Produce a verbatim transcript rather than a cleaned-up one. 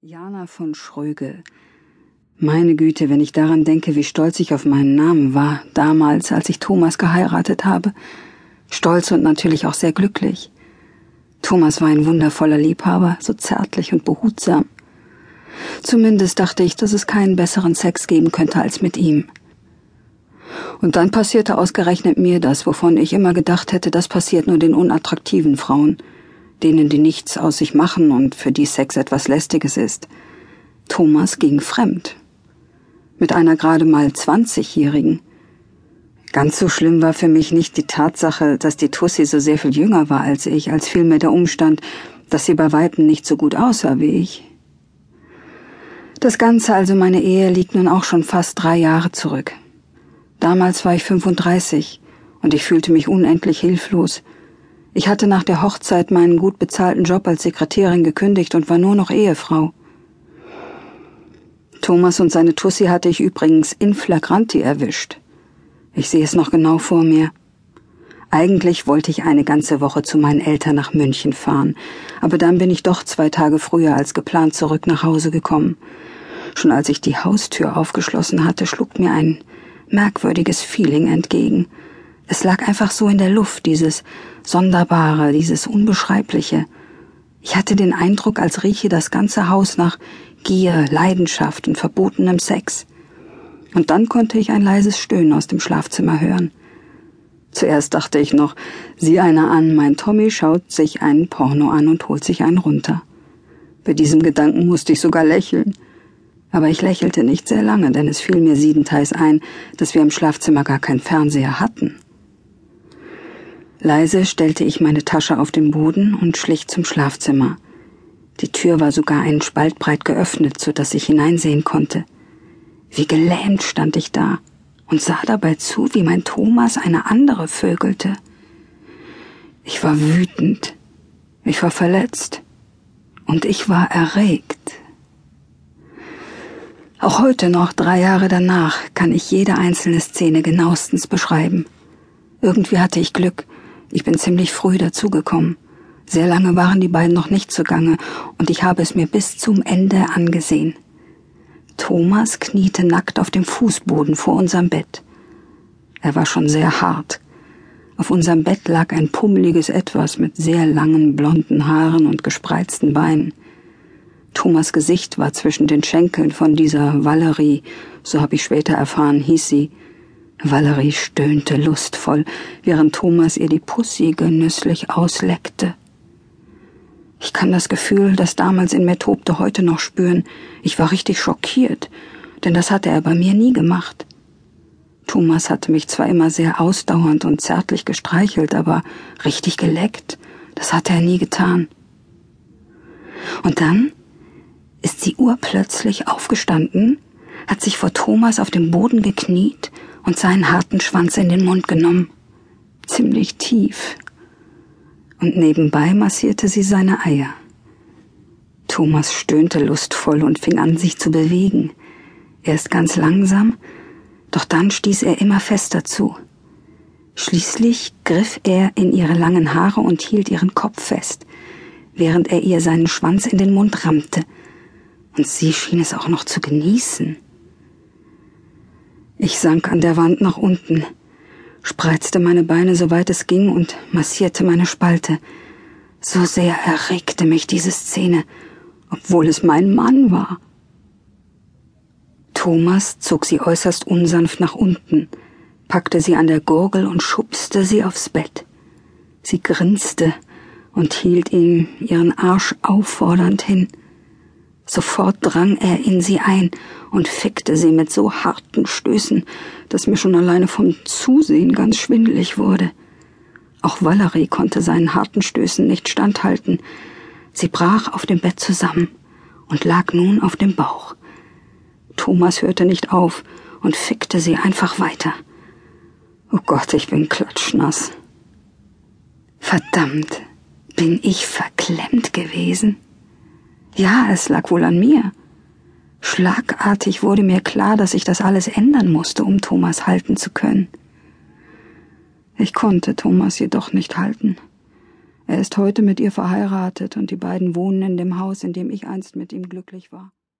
Jana von Schröge. Meine Güte, wenn ich daran denke, wie stolz ich auf meinen Namen war, damals, als ich Thomas geheiratet habe. Stolz und natürlich auch sehr glücklich. Thomas war ein wundervoller Liebhaber, so zärtlich und behutsam. Zumindest dachte ich, dass es keinen besseren Sex geben könnte als mit ihm. Und dann passierte ausgerechnet mir das, wovon ich immer gedacht hätte, das passiert nur den unattraktiven Frauen, denen die nichts aus sich machen und für die Sex etwas Lästiges ist. Thomas ging fremd. Mit einer gerade mal zwanzigjährigen. Ganz so schlimm war für mich nicht die Tatsache, dass die Tussi so sehr viel jünger war als ich, als vielmehr der Umstand, dass sie bei Weitem nicht so gut aussah wie ich. Das Ganze, also meine Ehe, liegt nun auch schon fast drei Jahre zurück. Damals war ich fünfunddreißig und ich fühlte mich unendlich hilflos. Ich hatte nach der Hochzeit meinen gut bezahlten Job als Sekretärin gekündigt und war nur noch Ehefrau. Thomas und seine Tussi hatte ich übrigens in flagranti erwischt. Ich sehe es noch genau vor mir. Eigentlich wollte ich eine ganze Woche zu meinen Eltern nach München fahren, aber dann bin ich doch zwei Tage früher als geplant zurück nach Hause gekommen. Schon als ich die Haustür aufgeschlossen hatte, schlug mir ein merkwürdiges Feeling entgegen. Es lag einfach so in der Luft, dieses Sonderbare, dieses Unbeschreibliche. Ich hatte den Eindruck, als rieche das ganze Haus nach Gier, Leidenschaft und verbotenem Sex. Und dann konnte ich ein leises Stöhnen aus dem Schlafzimmer hören. Zuerst dachte ich noch, sieh einer an, mein Tommy schaut sich einen Porno an und holt sich einen runter. Bei diesem Gedanken musste ich sogar lächeln. Aber ich lächelte nicht sehr lange, denn es fiel mir siebenteils ein, dass wir im Schlafzimmer gar keinen Fernseher hatten. Leise stellte ich meine Tasche auf den Boden und schlich zum Schlafzimmer. Die Tür war sogar einen Spalt breit geöffnet, so dass ich hineinsehen konnte. Wie gelähmt stand ich da und sah dabei zu, wie mein Thomas eine andere vögelte. Ich war wütend, ich war verletzt und ich war erregt. Auch heute noch, drei Jahre danach, kann ich jede einzelne Szene genauestens beschreiben. Irgendwie hatte ich Glück. Ich bin ziemlich früh dazugekommen. Sehr lange waren die beiden noch nicht zugange und ich habe es mir bis zum Ende angesehen. Thomas kniete nackt auf dem Fußboden vor unserem Bett. Er war schon sehr hart. Auf unserem Bett lag ein pummeliges Etwas mit sehr langen blonden Haaren und gespreizten Beinen. Thomas' Gesicht war zwischen den Schenkeln von dieser Valerie, so habe ich später erfahren, hieß sie. Valerie stöhnte lustvoll, während Thomas ihr die Pussy genüsslich ausleckte. Ich kann das Gefühl, das damals in mir tobte, heute noch spüren. Ich war richtig schockiert, denn das hatte er bei mir nie gemacht. Thomas hatte mich zwar immer sehr ausdauernd und zärtlich gestreichelt, aber richtig geleckt, das hatte er nie getan. Und dann ist sie urplötzlich aufgestanden, hat sich vor Thomas auf dem Boden gekniet und seinen harten Schwanz in den Mund genommen. Ziemlich tief. Und nebenbei massierte sie seine Eier. Thomas stöhnte lustvoll und fing an, sich zu bewegen. Erst ganz langsam, doch dann stieß er immer fester zu. Schließlich griff er in ihre langen Haare und hielt ihren Kopf fest, während er ihr seinen Schwanz in den Mund rammte. Und sie schien es auch noch zu genießen. Ich sank an der Wand nach unten, spreizte meine Beine so weit es ging und massierte meine Spalte. So sehr erregte mich diese Szene, obwohl es mein Mann war. Thomas zog sie äußerst unsanft nach unten, packte sie an der Gurgel und schubste sie aufs Bett. Sie grinste und hielt ihm ihren Arsch auffordernd hin. Sofort drang er in sie ein und fickte sie mit so harten Stößen, dass mir schon alleine vom Zusehen ganz schwindelig wurde. Auch Valerie konnte seinen harten Stößen nicht standhalten. Sie brach auf dem Bett zusammen und lag nun auf dem Bauch. Thomas hörte nicht auf und fickte sie einfach weiter. Oh Gott, ich bin klatschnass. Verdammt, bin ich verklemmt gewesen? Ja, es lag wohl an mir. Schlagartig wurde mir klar, dass ich das alles ändern musste, um Thomas halten zu können. Ich konnte Thomas jedoch nicht halten. Er ist heute mit ihr verheiratet und die beiden wohnen in dem Haus, in dem ich einst mit ihm glücklich war.